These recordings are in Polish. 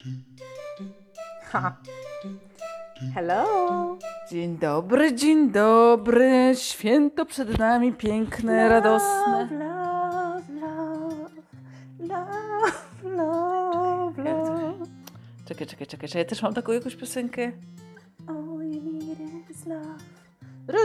Ha. Hello! Dzień dobry, święto przed nami piękne, radosne. Love. Czekaj, ja też mam taką jakąś piosenkę. All you need is love.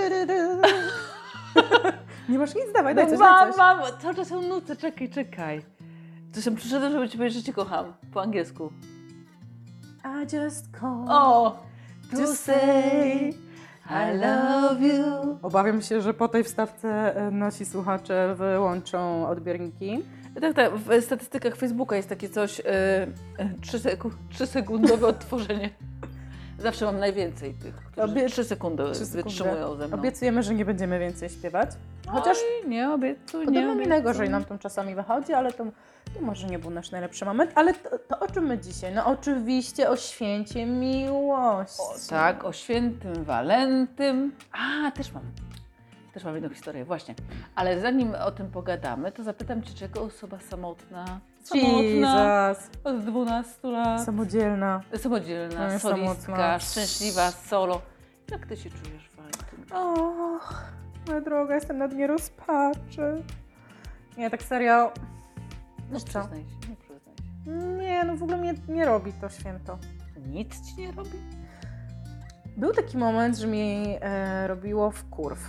Nie masz nic, dawaj, daj coś, daj coś. Mam, cały czas są nuty, czekaj. To sam przyszedłem, żeby ci powiedzieć, że cię kocham, po angielsku. I just call To say I love you. Obawiam się, że po tej wstawce nasi słuchacze wyłączą odbiorniki. Tak, w statystykach Facebooka jest takie coś, 3-sekundowe odtworzenie. Zawsze mam najwięcej tych, którzy 3 sekundy wytrzymują ze mną. Obiecujemy, że nie będziemy więcej śpiewać. Chociaż nie obiecuj, podobno mi najgorzej nam tam czasami wychodzi, ale to może nie był nasz najlepszy moment. Ale to o czym my dzisiaj? No oczywiście o święcie miłości. Tak, o świętym Walentym. Też mam jedną historię, właśnie. Ale zanim o tym pogadamy, to zapytam Cię, czego osoba samotna Jesus. od 12 lat, Samodzielna. samodzielna, solistka, samotna. szczęśliwa, solo. Jak Ty się czujesz, Walentynko? Och, moja droga, jestem na dnie rozpaczy. Nie, tak serio. No co? przyznaj się. Nie, no w ogóle mnie nie robi to święto. Nic Ci nie robi? Był taki moment, że mi robiło wkurw.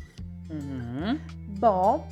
Bo...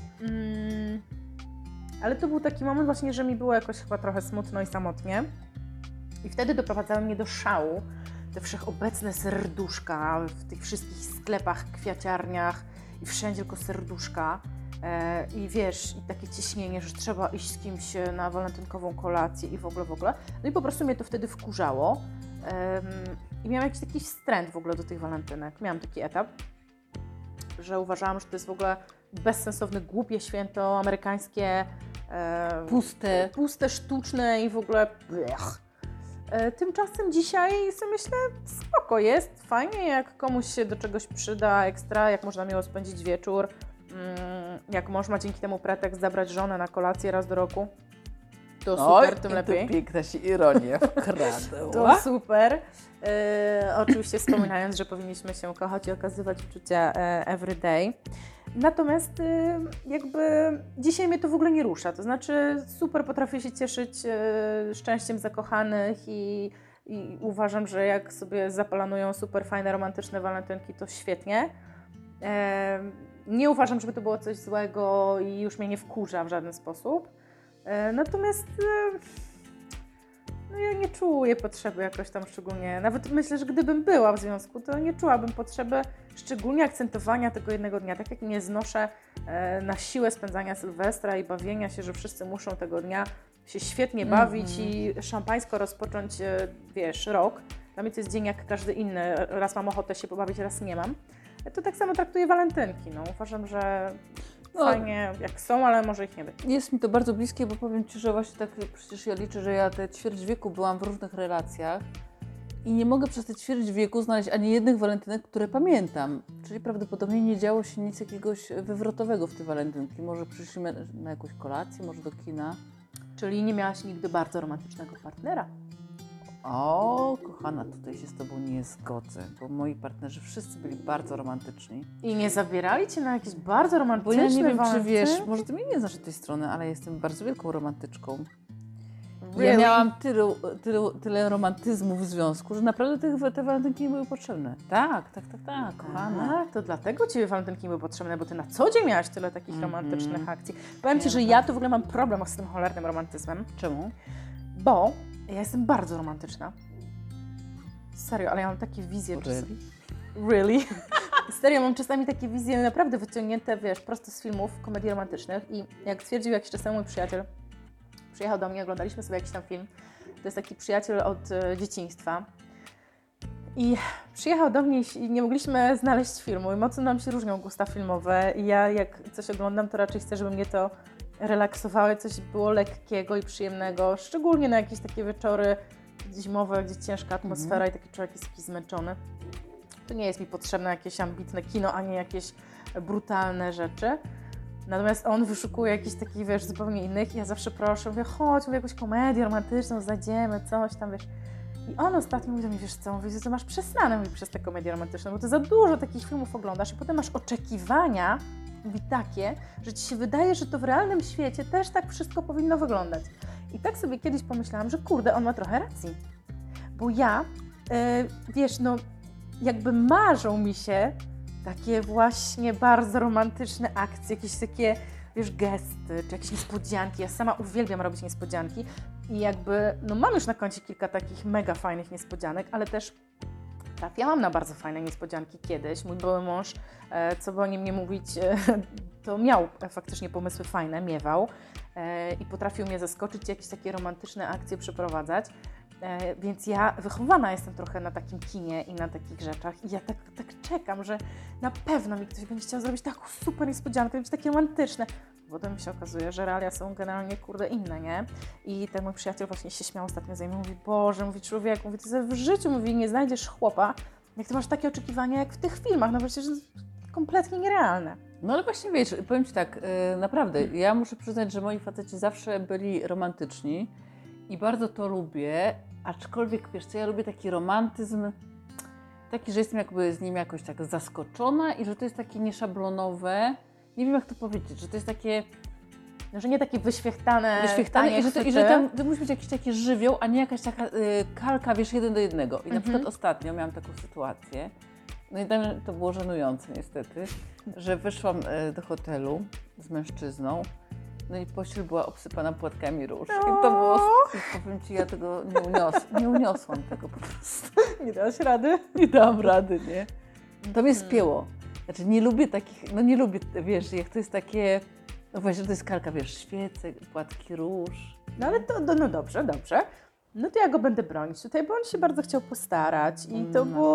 ale to był taki moment właśnie, że mi było jakoś chyba trochę smutno i samotnie. I wtedy doprowadzały mnie do szału te wszechobecne serduszka w tych wszystkich sklepach, kwiaciarniach i wszędzie tylko serduszka. I wiesz, i takie ciśnienie, że trzeba iść z kimś na walentynkową kolację i w ogóle. No i po prostu mnie to wtedy wkurzało. I miałam jakiś taki wstręt w ogóle do tych walentynek. Miałam taki etap, że uważałam, że to jest w ogóle bezsensowne, głupie święto amerykańskie. Puste. Sztuczne i w ogóle blech. Tymczasem dzisiaj sobie myślę, spoko jest, fajnie jak komuś się do czegoś przyda ekstra, jak można miło spędzić wieczór, jak można dzięki temu pretekst zabrać żonę na kolację raz do roku. To super, tym lepiej. To piękna się ironia wkradła. To super. Oczywiście wspominając, że powinniśmy się kochać i okazywać uczucia every day. Natomiast jakby dzisiaj mnie to w ogóle nie rusza. To znaczy super potrafię się cieszyć szczęściem zakochanych i uważam, że jak sobie zaplanują super fajne, romantyczne walentynki, to świetnie. Nie uważam, żeby to było coś złego i już mnie nie wkurza w żaden sposób. Natomiast no ja nie czuję potrzeby jakoś tam szczególnie, nawet myślę, że gdybym była w związku, to nie czułabym potrzeby szczególnie akcentowania tego jednego dnia, tak jak nie znoszę na siłę spędzania Sylwestra i bawienia się, że wszyscy muszą tego dnia się świetnie bawić i szampańsko rozpocząć, wiesz, rok. Dla mnie to jest dzień jak każdy inny, raz mam ochotę się pobawić, raz nie mam. To tak samo traktuję walentynki, no uważam, że fajnie jak są, ale może ich nie być. Jest mi to bardzo bliskie, bo powiem Ci, że właśnie tak przecież ja liczę, że ja te ćwierć wieku byłam w różnych relacjach i nie mogę przez te ćwierć wieku znaleźć ani jednych walentynek, które pamiętam. Czyli prawdopodobnie nie działo się nic jakiegoś wywrotowego w te walentynki. Może przyszliśmy na jakąś kolację, może do kina. Czyli nie miałaś nigdy bardzo romantycznego partnera? O, kochana, tutaj się z Tobą nie zgodzę, bo moi partnerzy wszyscy byli bardzo romantyczni. I nie zabierali Cię na jakieś bardzo romantyczne Bo ja nie wiem, walentynki? czy wiesz, może Ty mnie nie znasz z tej strony, ale jestem bardzo wielką romantyczką. Really? Ja miałam tyle romantyzmu w związku, że naprawdę te walentynki nie były potrzebne. Tak, kochana. To dlatego Ciebie walentynki były potrzebne, bo Ty na co dzień miałaś tyle takich romantycznych akcji. Powiem Ci, że ja to w ogóle mam problem z tym cholernym romantyzmem, Czemu? bo ja jestem bardzo romantyczna. Serio, ale ja mam takie wizje. Really? Serio, mam czasami takie wizje naprawdę wyciągnięte, wiesz, prosto z filmów komedii romantycznych i jak stwierdził jakiś czas temu mój przyjaciel, przyjechał do mnie, oglądaliśmy sobie jakiś tam film, to jest taki przyjaciel od dzieciństwa i przyjechał do mnie i nie mogliśmy znaleźć filmu i mocno nam się różnią gusta filmowe i ja jak coś oglądam, to raczej chcę, żeby mnie to relaksowało, coś było lekkiego i przyjemnego, szczególnie na jakieś takie wieczory zimowe, gdzie ciężka atmosfera i taki człowiek jest jakiś zmęczony. To nie jest mi potrzebne jakieś ambitne kino, ani jakieś brutalne rzeczy. Natomiast on wyszukuje jakichś takich, wiesz, zupełnie innych i ja zawsze proszę, mówię, chodź, mówię, jakąś komedię romantyczną, zajdziemy, coś tam, wiesz. I on ostatnio mówi do mnie, wiesz co, mówi, że to masz przesrane, mówi, przez tę komedię romantyczną, bo ty za dużo takich filmów oglądasz i potem masz oczekiwania, mówi, takie, że ci się wydaje, że to w realnym świecie też tak wszystko powinno wyglądać. I tak sobie kiedyś pomyślałam, że kurde, on ma trochę racji. Bo ja, wiesz, no jakby marzą mi się takie właśnie bardzo romantyczne akcje, jakieś takie, wiesz, gesty, czy jakieś niespodzianki. Ja sama uwielbiam robić niespodzianki i jakby, no mam już na koncie kilka takich mega fajnych niespodzianek, ale też trafiałam na bardzo fajne niespodzianki kiedyś. Mój były mąż, co by o nim nie mówić, to miał faktycznie pomysły fajne, miewał i potrafił mnie zaskoczyć, jakieś takie romantyczne akcje przeprowadzać. Więc ja wychowana jestem trochę na takim kinie i na takich rzeczach i ja tak czekam, że na pewno mi ktoś będzie chciał zrobić taką super niespodziankę, będzie takie romantyczne. Potem się okazuje, że realia są generalnie, kurde, inne, nie? I ten mój przyjaciel właśnie się śmiał ostatnio ze mną, mówi, Boże, mówi, człowieku, mówi, ty sobie w życiu, mówi, nie znajdziesz chłopa, jak ty masz takie oczekiwania jak w tych filmach, no przecież to jest kompletnie nierealne. No ale właśnie wiesz, powiem Ci tak, naprawdę, ja muszę przyznać, że moi faceci zawsze byli romantyczni i bardzo to lubię, aczkolwiek wiesz co, ja lubię taki romantyzm, taki, że jestem jakby z nim jakoś tak zaskoczona i że to jest takie nieszablonowe, nie wiem jak to powiedzieć, że to jest takie Że nie takie wyświechtane i że tam to musi być jakiś taki żywioł, a nie jakaś taka kalka, wiesz, 1:1. I na przykład ostatnio miałam taką sytuację, no i tam to było żenujące niestety, że wyszłam do hotelu z mężczyzną, no i pościel była obsypana płatkami róż. I to było, i powiem Ci, ja tego nie uniosłam tego po prostu. Nie dałaś rady? Nie dałam rady, nie? To mnie spięło. Znaczy nie lubię takich, no nie lubię, wiesz, jak to jest takie, no właśnie, to jest kalka, wiesz, świece, płatki róż. No ale to, no dobrze. No to ja go będę bronić tutaj, bo on się bardzo chciał postarać i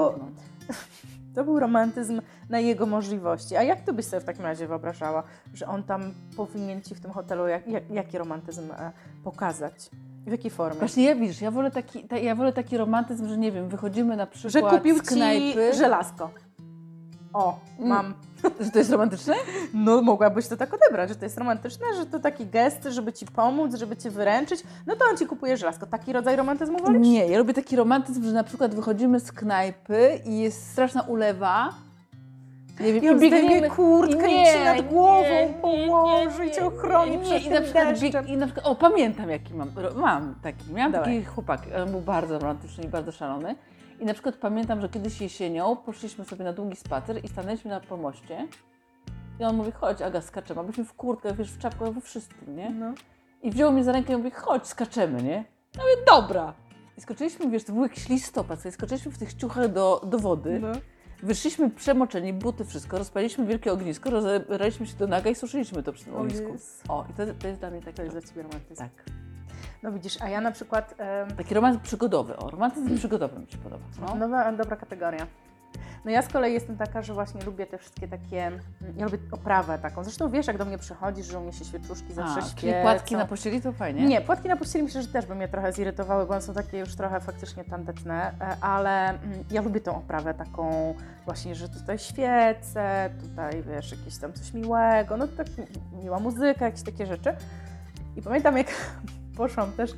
to był romantyzm na jego możliwości. A jak Ty byś sobie w takim razie wyobrażała, że on tam powinien Ci w tym hotelu jaki romantyzm pokazać? W jakiej formie? Właśnie ja widzisz, ja wolę taki romantyzm, że nie wiem, wychodzimy na przykład że kupił z knajpy. Ci żelazko. O, mam. Że to jest romantyczne? No mogłabyś to tak odebrać, że to jest romantyczne, że to taki gest, żeby Ci pomóc, żeby Cię wyręczyć. No to on Ci kupuje żelazko. Taki rodzaj romantyzmu wolisz? Nie, ja lubię taki romantyzm, że na przykład wychodzimy z knajpy i jest straszna ulewa. Nie wiem, i on zdejmie kurtkę i Ci nad głową położy i Cię ochroni przed tym deszczem. I na przykład, o, pamiętam jaki miałam taki chłopak, on był bardzo romantyczny i bardzo szalony. I na przykład pamiętam, że kiedyś jesienią poszliśmy sobie na długi spacer i stanęliśmy na pomoście. I on mówi, chodź Aga, skaczemy, abyśmy w kurtkach, wiesz, w czapkach, we wszystkim, nie? No. I wziął mnie za rękę i mówi, chodź, skaczemy, nie? No mówię, dobra. I skoczyliśmy, wiesz, to był jakiś listopad, sobie skoczyliśmy w tych ciuchach do wody. No. Wyszliśmy przemoczeni, buty, wszystko, rozpaliliśmy wielkie ognisko, rozbraliśmy się do naga i suszyliśmy to przy tym ognisku. O, i to jest dla mnie To jest dla Ciebie romantyzm. Tak. No widzisz, a ja na przykład... Taki romantyzm przygodowy, romantyzm przygodowy mi się podoba. No. Dobra kategoria. No ja z kolei jestem taka, że właśnie lubię te wszystkie takie, ja lubię oprawę taką. Zresztą wiesz, jak do mnie przychodzisz, że u mnie się świeczuszki zawsze świecą. Czyli płatki na pościeli to fajnie? Nie, płatki na pościeli myślę, że też by mnie trochę zirytowały, bo one są takie już trochę faktycznie tandetne, ale ja lubię tą oprawę taką właśnie, że tutaj świece, tutaj wiesz, jakieś tam coś miłego, no tak miła muzyka, jakieś takie rzeczy. I pamiętam, jak poszłam też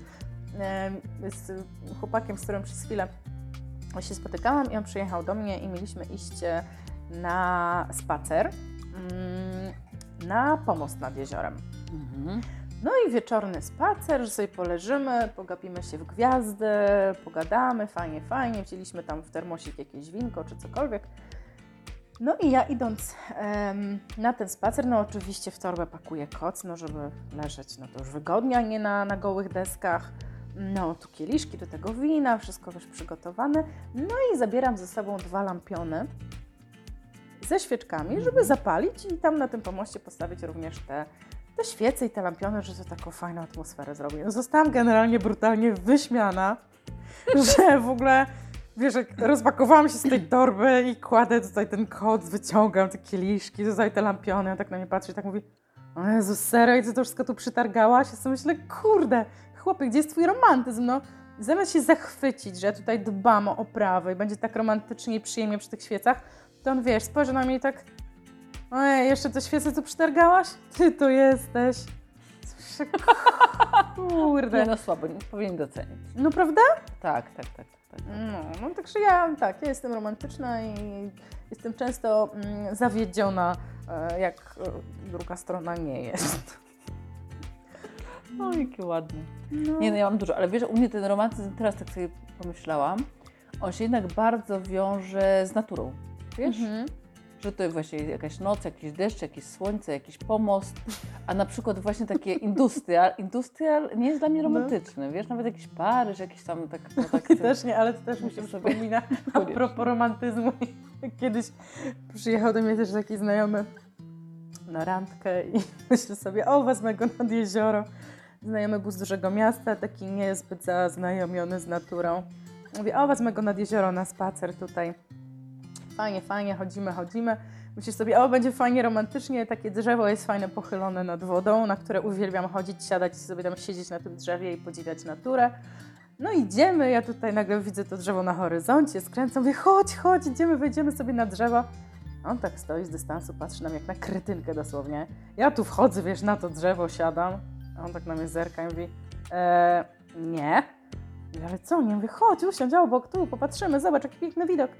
z chłopakiem, z którym przez chwilę się spotykałam i on przyjechał do mnie i mieliśmy iść na spacer na pomost nad jeziorem. Mhm. No i wieczorny spacer, że sobie poleżymy, pogapimy się w gwiazdy, pogadamy, fajnie, wzięliśmy tam w termosik jakieś winko czy cokolwiek. No i ja idąc na ten spacer, no oczywiście w torbę pakuję koc, no żeby leżeć, no to już wygodnie, a nie na gołych deskach. No, tu kieliszki do tego wina, wszystko już przygotowane. No i zabieram ze sobą 2 lampiony ze świeczkami, żeby zapalić i tam na tym pomoście postawić również te świece i te lampiony, że to taką fajną atmosferę zrobi. No, zostałam generalnie brutalnie wyśmiana, że w ogóle, wiesz, jak rozpakowałam się z tej torby i kładę tutaj ten koc, wyciągam te kieliszki, tutaj te lampiony, on tak na mnie patrzy i tak mówi, o Jezu, serio, i ty to wszystko tu przytargałaś? Ja sobie myślę, kurde, chłopie, gdzie jest Twój romantyzm? No, zamiast się zachwycić, że ja tutaj dbam o oprawę i będzie tak romantycznie i przyjemnie przy tych świecach, to on, wiesz, spojrzy na mnie i tak, Ojej, jeszcze te świece, co przytargałaś? Ty to jesteś. Kurde. Nie no, słabo, nie powinien docenić. No prawda? Tak. No także ja jestem romantyczna i jestem często zawiedziona, jak druga strona nie jest. No, jakie ładne. No. Nie no, ja mam dużo, ale wiesz, u mnie ten romantyzm, teraz tak sobie pomyślałam, on się jednak bardzo wiąże z naturą, wiesz? Że to właśnie jakaś noc, jakiś deszcz, jakieś słońce, jakiś pomost, a na przykład właśnie takie industrial nie jest dla mnie romantyczny, wiesz, nawet jakiś Paryż, jakiś tam tak... No, tak Też nie, ale to też mi się przypomina a propos romantyzmu. Kiedyś przyjechał do mnie też taki znajomy na randkę i myślę sobie, wezmę go nad jezioro. Znajomy był z dużego miasta, taki niezbyt zaznajomiony z naturą. Mówię, wezmę go nad jezioro na spacer tutaj. Fajnie, chodzimy. Myślisz sobie, będzie fajnie romantycznie, takie drzewo jest fajne pochylone nad wodą, na które uwielbiam chodzić, siadać i sobie tam siedzieć na tym drzewie i podziwiać naturę. No idziemy, ja tutaj nagle widzę to drzewo na horyzoncie, skręcam, mówię, chodź, idziemy, wejdziemy sobie na drzewo. On tak stoi z dystansu, patrzy na mnie jak na kretynkę dosłownie. Ja tu wchodzę, wiesz, na to drzewo siadam, a on tak na mnie zerka i mówi, nie. Mówię, ale co? Nie, mówię, chodź, usiądź obok, tu, popatrzymy, zobacz, jaki piękny widok.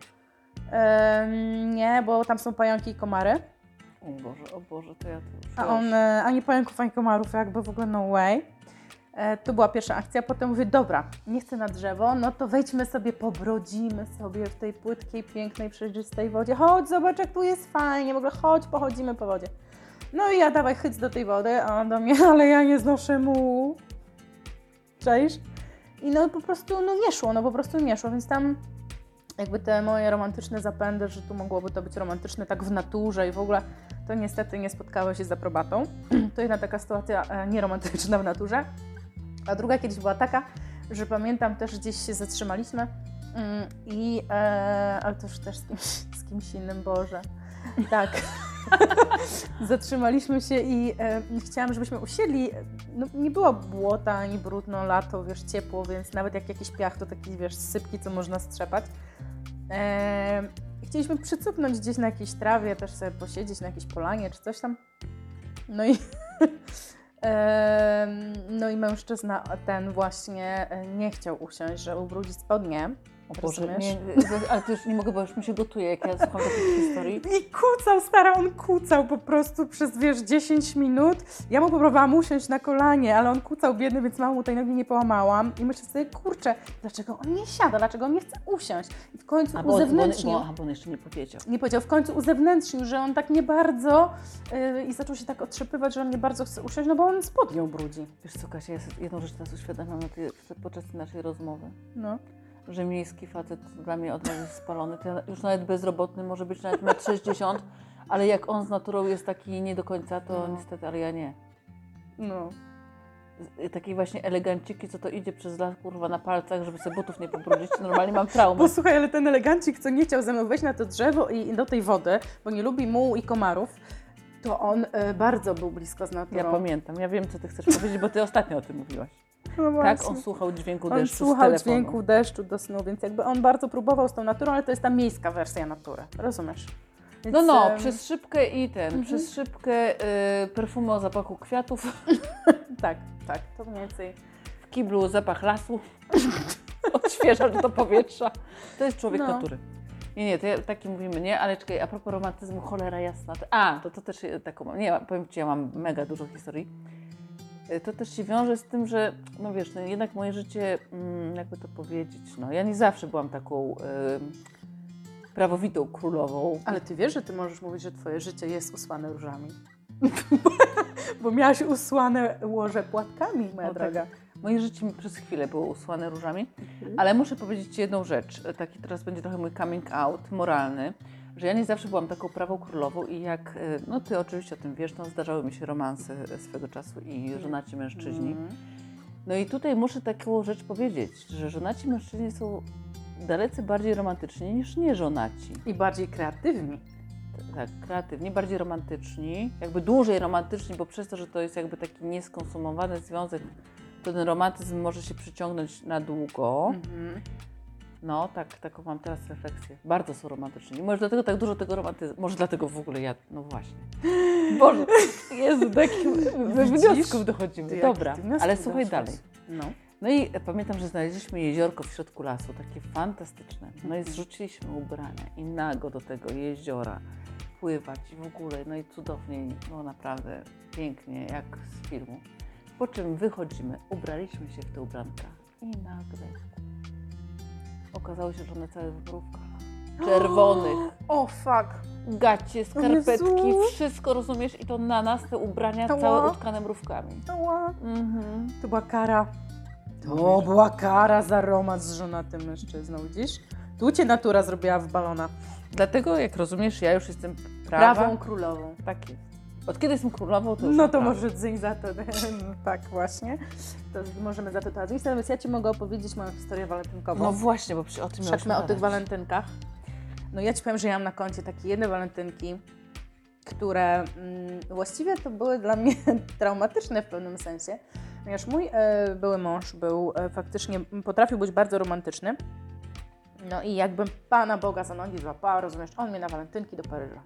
Nie, bo tam są pająki i komary. O Boże, to ja tu już... A on ani pająków, ani komarów, jakby w ogóle no way. To była pierwsza akcja, potem mówię, dobra, nie chcę na drzewo, no to wejdźmy sobie, pobrodzimy sobie w tej płytkiej, pięknej, przejrzystej wodzie. Chodź, zobacz, jak tu jest fajnie, w ogóle chodź, pochodzimy po wodzie. No i ja dawaj chyć do tej wody, a on do mnie, ale ja nie znoszę mułu. Czaisz? I no po prostu nie szło, więc tam jakby te moje romantyczne zapędy, że tu mogłoby to być romantyczne tak w naturze i w ogóle, to niestety nie spotkało się z aprobatą. To jedna taka sytuacja nieromantyczna w naturze. A druga kiedyś była taka, że pamiętam też gdzieś się zatrzymaliśmy ale to już też z kimś innym, Boże. Tak. Zatrzymaliśmy się i chciałam, żebyśmy usiedli. No, nie było błota ani brudno, lato, wiesz, ciepło, więc nawet jak jakiś piach, to taki, wiesz, sypki, co można strzepać. Chcieliśmy przycupnąć gdzieś na jakiejś trawie, też sobie posiedzieć na jakiejś polanie czy coś tam. No i mężczyzna ten właśnie nie chciał usiąść, że ubrudzi spodnie. O Boże, ale to już nie mogę, bo już mi się gotuje, jak ja słucham takich historii. I kucał, on kucał po prostu przez, 10 minut. Ja mu próbowałam usiąść na kolanie, ale on kucał biedny, więc mało mu tej nogi nie połamałam. I myślę sobie, kurczę, dlaczego on nie siada, dlaczego on nie chce usiąść? I w końcu uzewnętrznił. Bo on jeszcze nie powiedział. Nie powiedział, w końcu uzewnętrznił, że on tak nie bardzo i zaczął się tak otrzepywać, że on nie bardzo chce usiąść, no bo on spodnie ubrudzi. Wiesz co, Kasia, ja jedną rzecz teraz uświadamiam podczas naszej rozmowy. No. Że miejski facet dla mnie od razu jest spalony. To ja już nawet bezrobotny, może być nawet 1,60 m, ale jak on z naturą jest taki nie do końca, to niestety, ale ja nie. No. Takiej właśnie eleganciki, co to idzie przez las, kurwa, na palcach, żeby sobie butów nie pobrudzić. Normalnie mam traumę. Bo słuchaj, ale ten elegancik, co nie chciał ze mną wejść na to drzewo i do tej wody, bo nie lubi mułu i komarów, to on bardzo był blisko z naturą. Ja pamiętam, ja wiem, co ty chcesz powiedzieć, bo ty ostatnio o tym mówiłaś. No tak, on słuchał dźwięku deszczu z słuchał telefonu. dźwięku deszczu do snu, więc jakby on bardzo próbował z tą naturą, ale to jest ta miejska wersja natury, rozumiesz? Więc, przez szybkę przez szybkę perfumy o zapachu kwiatów. tak, to mniej więcej. W kiblu zapach lasu, odświeżacz do powietrza. To jest człowiek natury. Nie, to taki mówimy, nie? Ale czekaj, a propos romantyzmu, cholera jasna. To też taką mam. Nie, powiem Ci, ja mam mega dużo historii. To też się wiąże z tym, że no wiesz, no jednak moje życie, jakby to powiedzieć, no ja nie zawsze byłam taką prawowitą królową. Ale Ty wiesz, że Ty możesz mówić, że Twoje życie jest usłane różami? Bo miałaś usłane łoże płatkami, moja droga. Moje życie przez chwilę było usłane różami, ale muszę powiedzieć Ci jedną rzecz, taki teraz będzie trochę mój coming out moralny, że ja nie zawsze byłam taką prawą królową i jak, no Ty oczywiście o tym wiesz, no zdarzały mi się romanse swego czasu i żonaci mężczyźni. No i tutaj muszę taką rzecz powiedzieć, że żonaci mężczyźni są dalece bardziej romantyczni niż nieżonaci. I bardziej kreatywni. Tak, kreatywni, bardziej romantyczni, jakby dłużej romantyczni, bo przez to, że to jest jakby taki nieskonsumowany związek, to ten romantyzm może się przyciągnąć na długo. No, taką mam teraz refleksję. Bardzo są romantyczni. Może dlatego tak dużo tego romantyzmu. Może dlatego w ogóle ja, no właśnie. Boże, Jezu, do jakich wniosków dochodzimy. Dobra, ale słuchaj dalej. No i pamiętam, że znaleźliśmy jeziorko w środku lasu, takie fantastyczne. No i zrzuciliśmy ubrania i nago do tego jeziora pływać i w ogóle, no i cudownie, no naprawdę pięknie, jak z filmu. Po czym wychodzimy, ubraliśmy się w te ubranka i nagle okazało się, że one całe w mrówkach czerwonych. O fuck. Gacie, skarpetki, Jezu. wszystko, rozumiesz? I to na nas, te ubrania Ała. całe utkane mrówkami. To była kara. To była kara za romans z żonatym mężczyzną, widzisz? Tu cię natura zrobiła w balona. Dlatego, jak rozumiesz, ja już jestem Prawą królową. Tak jest. Od kiedy jestem królową, to już No to prawo. może dzyń za to. Tak właśnie. To możemy za to dać. Natomiast ja Ci mogę opowiedzieć moją historię walentynkową. No właśnie, bo o tym Wszedłmy o tych walentynkach. No ja Ci powiem, że ja mam na koncie takie jedne walentynki, które właściwie to były dla mnie traumatyczne w pewnym sensie, ponieważ mój były mąż był faktycznie, potrafił być bardzo romantyczny. No i jakbym Pana Boga za nogi złapała, rozumiesz, on mnie na walentynki do Paryża.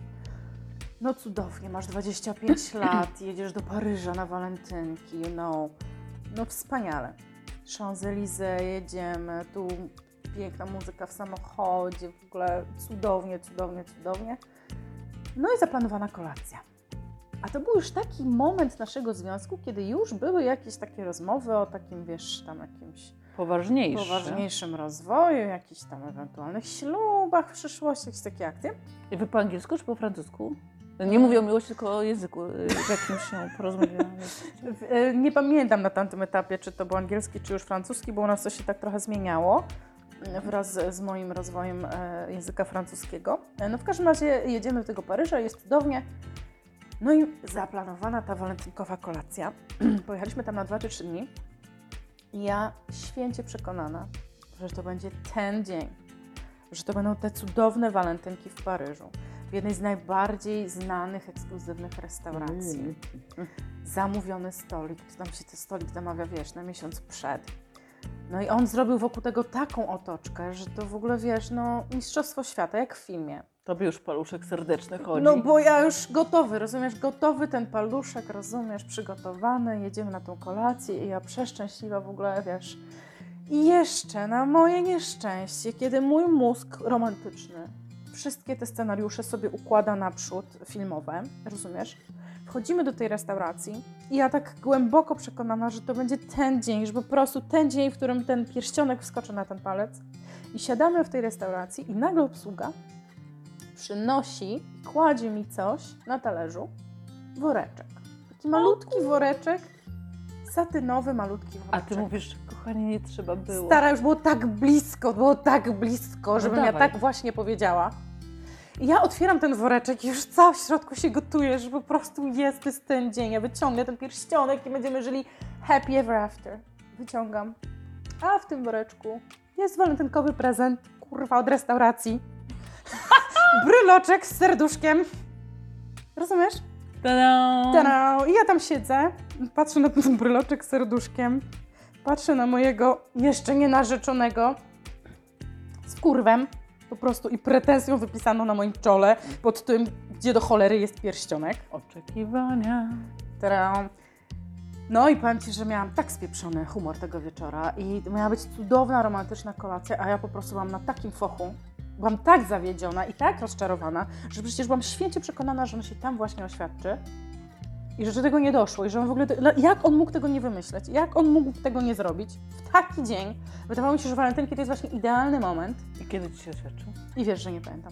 No cudownie, masz 25 lat, jedziesz do Paryża na walentynki, you know. No wspaniale. Champs-Élysées, jedziemy, tu piękna muzyka w samochodzie, w ogóle cudownie, cudownie, cudownie. No i zaplanowana kolacja. A to był już taki moment naszego związku, kiedy już były jakieś takie rozmowy o takim, wiesz, tam jakimś poważniejszym rozwoju, jakichś tam ewentualnych ślubach w przyszłości, jakieś takie akcje. I wy po angielsku czy po francusku? Nie mówię o miłości, tylko o języku, w jakim się porozumiewamy. Nie pamiętam na tamtym etapie, czy to był angielski, czy już francuski, bo u nas to się tak trochę zmieniało wraz z moim rozwojem języka francuskiego. No w każdym razie jedziemy do tego Paryża, jest cudownie. No i zaplanowana ta walentynkowa kolacja. Pojechaliśmy tam na 2 czy 3 dni. I ja święcie przekonana, że to będzie ten dzień, że to będą te cudowne walentynki w Paryżu, w jednej z najbardziej znanych, ekskluzywnych restauracji. Zamówiony stolik, to tam się ten stolik zamawia, wiesz, na miesiąc przed. No i on zrobił wokół tego taką otoczkę, że to w ogóle, wiesz, no mistrzostwo świata, jak w filmie. Tobie już paluszek serdeczny chodzi. No bo ja już gotowy, rozumiesz, gotowy ten paluszek, rozumiesz, przygotowany, jedziemy na tą kolację i ja przeszczęśliwa w ogóle, wiesz. I jeszcze na moje nieszczęście, kiedy mój mózg romantyczny wszystkie te scenariusze sobie układa naprzód filmowe, rozumiesz? Wchodzimy do tej restauracji i ja tak głęboko przekonana, że to będzie ten dzień, że po prostu ten dzień, w którym ten pierścionek wskoczy na ten palec. I siadamy w tej restauracji i nagle obsługa przynosi i kładzie mi coś na talerzu, woreczek. Taki malutki woreczek, satynowy, malutki woreczek. A ty mówisz, kochanie, nie trzeba było. Stara, już było tak blisko, żebym ja tak właśnie powiedziała. I ja otwieram ten woreczek i już cała w środku się gotuje, że po prostu jest ten dzień. Ja wyciągnę ten pierścionek i będziemy żyli happy ever after. Wyciągam. A w tym woreczku jest walentynkowy prezent, kurwa, od restauracji. Bryloczek z serduszkiem. Rozumiesz? Ta-da! Ta-da! I ja tam siedzę, patrzę na ten bryloczek z serduszkiem, patrzę na mojego jeszcze nie narzeczonego z kurwem po prostu i pretensją wypisaną na moim czole pod tym, gdzie do cholery jest pierścionek. Oczekiwania. Ta-da! No i powiem Ci, że miałam tak spieprzony humor tego wieczora i miała być cudowna, romantyczna kolacja, a ja po prostu byłam na takim fochu. Byłam tak zawiedziona i tak rozczarowana, że przecież byłam święcie przekonana, że on się tam właśnie oświadczy i że do tego nie doszło i że on w ogóle... Jak on mógł tego nie wymyśleć? Jak on mógł tego nie zrobić w taki dzień? Wydawało mi się, że walentynki to jest właśnie idealny moment. I kiedy ci się oświadczył? I wiesz, że nie pamiętam.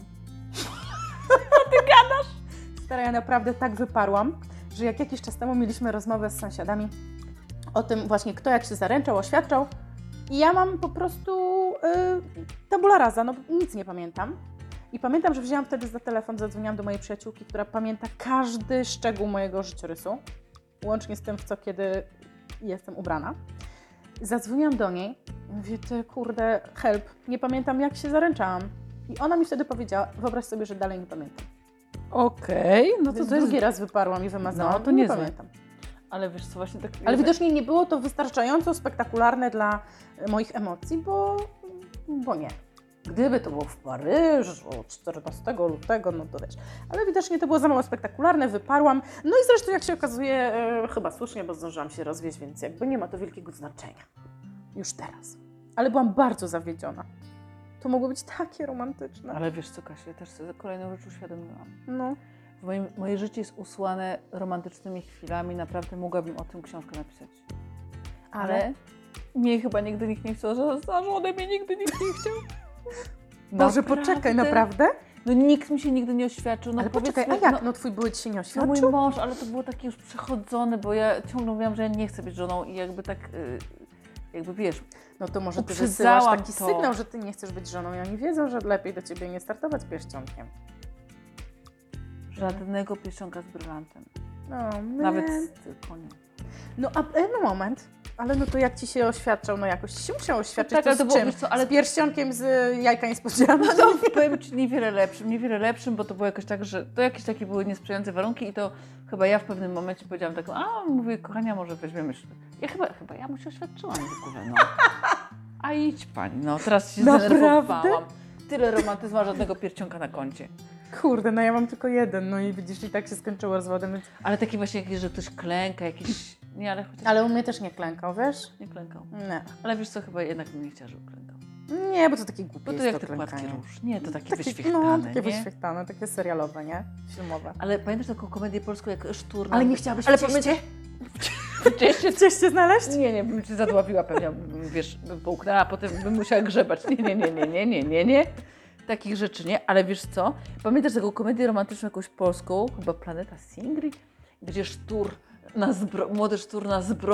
Co ty gadasz? Stara, ja naprawdę tak wyparłam, że jak jakiś czas temu mieliśmy rozmowę z sąsiadami o tym właśnie, kto jak się zaręczał, oświadczał. I ja mam po prostu tabula rasa, no nic nie pamiętam. I pamiętam, że wzięłam wtedy za telefon, zadzwoniłam do mojej przyjaciółki, która pamięta każdy szczegół mojego życiorysu, łącznie z tym, w co kiedy jestem ubrana. Zadzwoniłam do niej i mówię, ty kurde, help, nie pamiętam jak się zaręczałam. I ona mi wtedy powiedziała, wyobraź sobie, że dalej nie pamiętam. Okej, no to Więc jest... drugi raz wyparłam i wymazałam. No to nie niezłe. pamiętam. Ale wiesz co, właśnie tak... Ale widocznie nie było to wystarczająco spektakularne dla moich emocji, bo bo nie. Gdyby to było w Paryżu 14 lutego, no to wiesz. Ale widocznie to było za mało spektakularne, wyparłam. No i zresztą jak się okazuje, chyba słusznie, bo zdążyłam się rozwieść, więc jakby nie ma to wielkiego znaczenia. Już teraz. Ale byłam bardzo zawiedziona. To mogło być takie romantyczne. Ale wiesz co, Kasia, ja też sobie kolejną rzecz uświadomiłam. No. Moje życie jest usłane romantycznymi chwilami, naprawdę mogłabym o tym książkę napisać. Ale mnie chyba nigdy nikt nie chciał, że za żonę mnie nigdy nikt nie chciał. Boże, poczekaj, naprawdę? No nikt mi się nigdy nie oświadczył. No Ale poczekaj, a jak? No twój były ci się nie No oświadczył? mój mąż, ale to było takie już przechodzone, bo ja ciągle mówiłam, że ja nie chcę być żoną i jakby tak, jakby wiesz, No to może ty uprzedzałam wysyłasz taki to. sygnał, że ty nie chcesz być żoną i oni wiedzą, że lepiej do ciebie nie startować pierścionkiem. żadnego pierścionka z brylantem. No, Nawet tylko nie. No a no moment, ale no to jak ci się oświadczał, no jakoś ci się musiał oświadczyć, tak, to ale z to było, czym? wiesz co, ale Z pierścionkiem z jajka niespodzianki? no, powiem Ci niewiele lepszym, bo to było jakoś tak, że to jakieś takie były niesprzyjające warunki i to chyba ja w pewnym momencie powiedziałam taką, mówię, kochania, może weźmiemy się. Ja chyba ja mu się oświadczyłam w ogóle, no. A idź Pani, no teraz się Naprawdę? zdenerwowałam. Tyle romantyzmu, a żadnego pierścionka na koncie. Kurde, no ja mam tylko jeden, no i widzisz, i tak się skończyło rozwodem. Więc... Ale takie właśnie jakieś, że ktoś klęka, jakieś... Nie, ale chociaż Ale u mnie też nie klękał, wiesz? nie klękał. Nie. Ale wiesz co, chyba jednak bym nie chciała, żeby klękał. Nie, bo to takie głupie Bo to jest jak to te klękanie. płatki róż. Nie, to takie Takie, wyświechtane, no, takie nie? wyświechtane, takie serialowe, nie? Filmowe. Ale pamiętasz taką komedię polską jak Szturna? Ale nie chciałabyś Ale w cieście? Cieście? Cieście znaleźć? Nie, bym cię zadławiła pewnie, wiesz, bym połknęła, a potem bym musiała grzebać. Nie. Takich rzeczy nie, ale wiesz co? Pamiętasz taką komedię romantyczną jakąś polską, chyba Planeta Singri, gdzie Sztur młody Sztur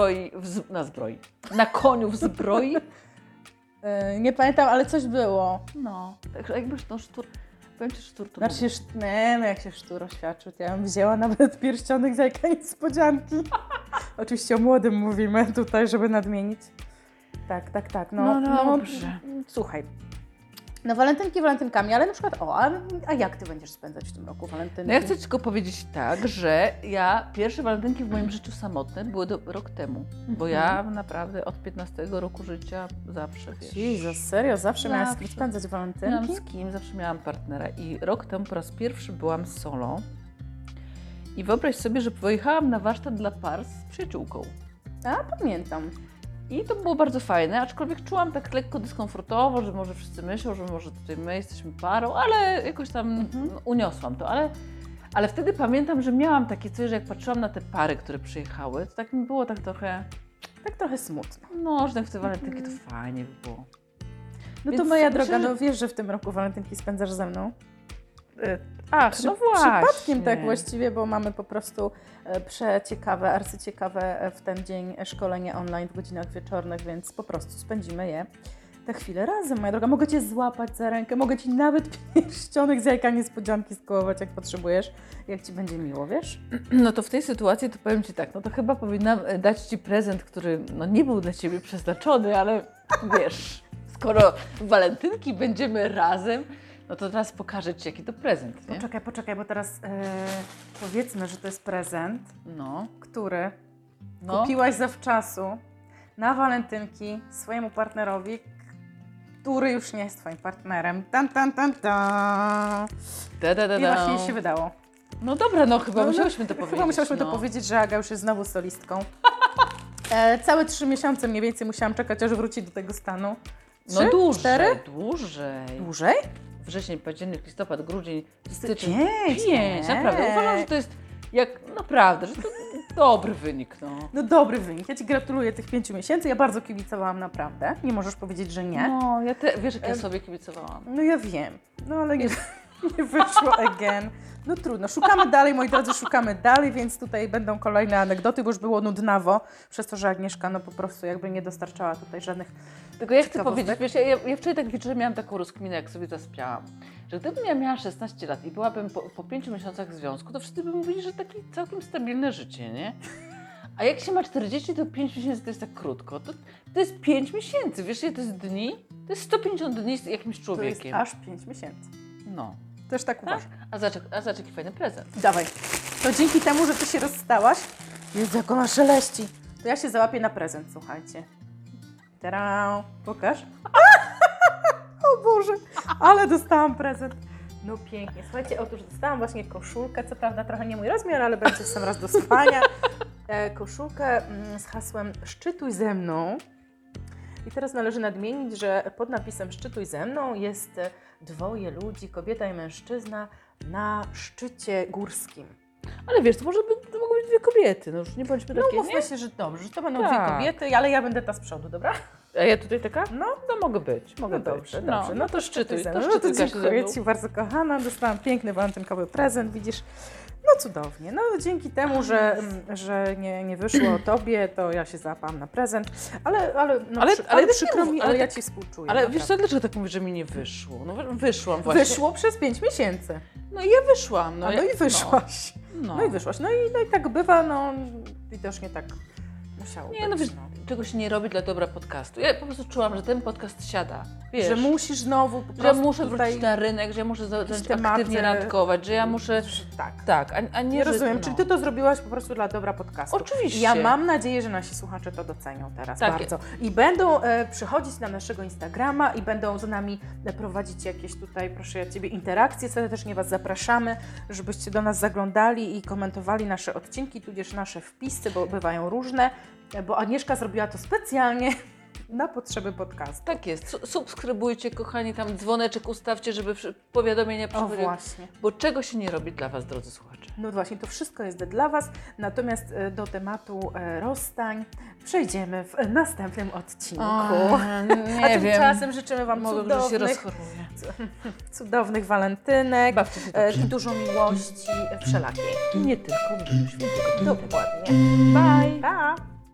na koniu w zbroi. Nie pamiętam, ale coś było. No, także jakbyś no Sztur, powiem Ci, Sztur to Znaczy, no jak się Sztur oświadczył, to ja bym wzięła nawet pierścionek z jajka niespodzianki. Oczywiście o młodym mówimy tutaj, żeby nadmienić. Tak. No dobrze. Słuchaj. No walentynkami, ale na przykład, a jak Ty będziesz spędzać w tym roku walentynki? No ja chcę tylko powiedzieć tak, że ja pierwsze walentynki w moim życiu samotne były rok temu, bo ja naprawdę od 15 roku życia zawsze, wiesz. Jezus, serio? Zawsze miałaś z kim Zawsze. spędzać Miałam walentynki? z kim, zawsze miałam partnera i rok temu po raz pierwszy byłam solo i wyobraź sobie, że pojechałam na warsztat dla par z przyjaciółką. A, pamiętam. I to było bardzo fajne, aczkolwiek czułam tak lekko dyskomfortowo, że może wszyscy myślą, że może tutaj my jesteśmy parą, ale jakoś tam uniosłam to. Ale wtedy pamiętam, że miałam takie coś, że jak patrzyłam na te pary, które przyjechały, to tak mi było tak trochę, Tak trochę smutno. no, że tak w te walentynki to fajnie by było. No to Więc moja myślę, droga, że- no wiesz, że w tym roku walentynki spędzasz ze mną? Ach, no właśnie. Przypadkiem tak właściwie, bo mamy po prostu przeciekawe, arcyciekawe w ten dzień szkolenie online w godzinach wieczornych, więc po prostu spędzimy je te chwile razem, moja droga. Mogę Cię złapać za rękę, mogę Ci nawet pierścionek z jajka niespodzianki skołować, jak potrzebujesz, jak Ci będzie miło, wiesz? No to w tej sytuacji to powiem Ci tak, no to chyba powinnam dać Ci prezent, który no nie był dla Ciebie przeznaczony, ale wiesz, skoro w walentynki będziemy razem, no to teraz pokażę Ci, jaki to prezent, nie? Poczekaj, bo teraz powiedzmy, że to jest prezent, No, który no. kupiłaś zawczasu na walentynki swojemu partnerowi, który już nie jest Twoim partnerem. Tan. I właśnie się wydało. No dobra, no chyba musiałyśmy to powiedzieć. Chyba musiałyśmy no. to powiedzieć, że Aga już jest znowu solistką. Całe 3 miesiące mniej więcej musiałam czekać, aż wróci do tego stanu. No 3? dłużej, 4? dłużej. Dłużej? Wrzesień, październik, listopad, grudzień, styczeń. 5. 5, naprawdę. Uważam, że to jest naprawdę, że to dobry wynik, no. No dobry wynik. Ja Ci gratuluję tych 5 miesięcy. Ja bardzo kibicowałam naprawdę. Nie możesz powiedzieć, że nie. No, wiesz, jak ja sobie kibicowałam. No ja wiem. No ale nie wyszło again. No trudno. Szukamy dalej, moi drodzy, szukamy dalej, więc tutaj będą kolejne anegdoty, bo już było nudnawo, przez to, że Agnieszka no po prostu jakby nie dostarczała tutaj żadnych... Tylko ja chcę ciekawostek. powiedzieć, wiesz, ja wczoraj tak wieczorem miałam taką rozkminę, jak sobie zaspiałam, że gdybym ja miała 16 lat i byłabym po 5 miesiącach związku, to wszyscy by mówili, że takie całkiem stabilne życie, nie? A jak się ma 40, to 5 miesięcy to jest tak krótko. To jest 5 miesięcy, wiesz, ile to jest dni? To jest 150 dni z jakimś To człowiekiem. jest aż 5 miesięcy. No. Też tak Tak? uważam. A zobacz, jaki fajny prezent. Dawaj. To dzięki temu, że Ty się rozstałaś, Jezu, jak ona szeleści, to ja się załapię na prezent, słuchajcie. Tadam. Pokaż. Ale dostałam prezent. No pięknie. Słuchajcie, otóż dostałam właśnie koszulkę, co prawda trochę nie mój rozmiar, ale będzie sam raz do spania. Koszulkę z hasłem Szczytuj ze mną. I teraz należy nadmienić, że pod napisem Szczytuj ze mną jest dwoje ludzi, kobieta i mężczyzna na szczycie górskim. Ale wiesz, to mogą być dwie kobiety, no już nie bądźmy No takie, mówmy nie? się, że dobrze, że to będą Tak. dwie kobiety, ale ja będę ta z przodu, dobra? A ja tutaj taka? No. No mogę być, mogę No być. dobrze, dobrze. No to szczytuj to ze mną. No to szczytuj, Kasia, ze dziękuję mną. Ci bardzo, kochana. Dostałam piękny walentynkowy prezent, widzisz. No cudownie. No dzięki temu, że nie wyszło o Tobie, to ja się załapałam na prezent. Ale przykro mi, ale ja Ci współczuję. Ale wiesz naprawdę. co, dlaczego tak mówisz, że mi nie wyszło? No wyszłam właśnie. Wyszło przez 5 miesięcy. No i ja wyszłam. No i wyszłaś. No. No i wyszłaś. No i tak bywa, no widocznie tak musiało Nie, być. no wiesz, czego się nie robi dla dobra podcastu. Ja po prostu czułam, że ten podcast siada. Wiesz, Że musisz znowu po że ja prostu muszę tutaj... wrócić na rynek, że ja muszę zacząć tematy- aktywnie randkować, że ja muszę... Tak. Tak, a nie, Nie że... rozumiem, no. czyli Ty to zrobiłaś po prostu dla dobra podcastu. Oczywiście. Ja mam nadzieję, że nasi słuchacze to docenią teraz Tak. bardzo. I będą przychodzić na naszego Instagrama i będą z nami prowadzić jakieś tutaj, proszę ja Ciebie, interakcje. Serdecznie Was zapraszamy, żebyście do nas zaglądali i komentowali nasze odcinki, tudzież nasze wpisy, bo bywają różne, bo Agnieszka zrobiła to specjalnie na potrzeby podcastu. Tak jest. Subskrybujcie, kochani, tam dzwoneczek ustawcie, żeby powiadomienia O przychodziły. właśnie. Bo czego się nie robi dla Was, drodzy słuchacze? No właśnie, to wszystko jest dla Was, natomiast do tematu rozstań przejdziemy w następnym odcinku. nie A tymczasem życzymy Wam Mogę, że się cudownych, rozchoruję. cudownych walentynek Bawcie się dobrze. i dużo miłości wszelakiej. I nie tylko w Dniu Świętego. Dokładnie. Bye! Pa!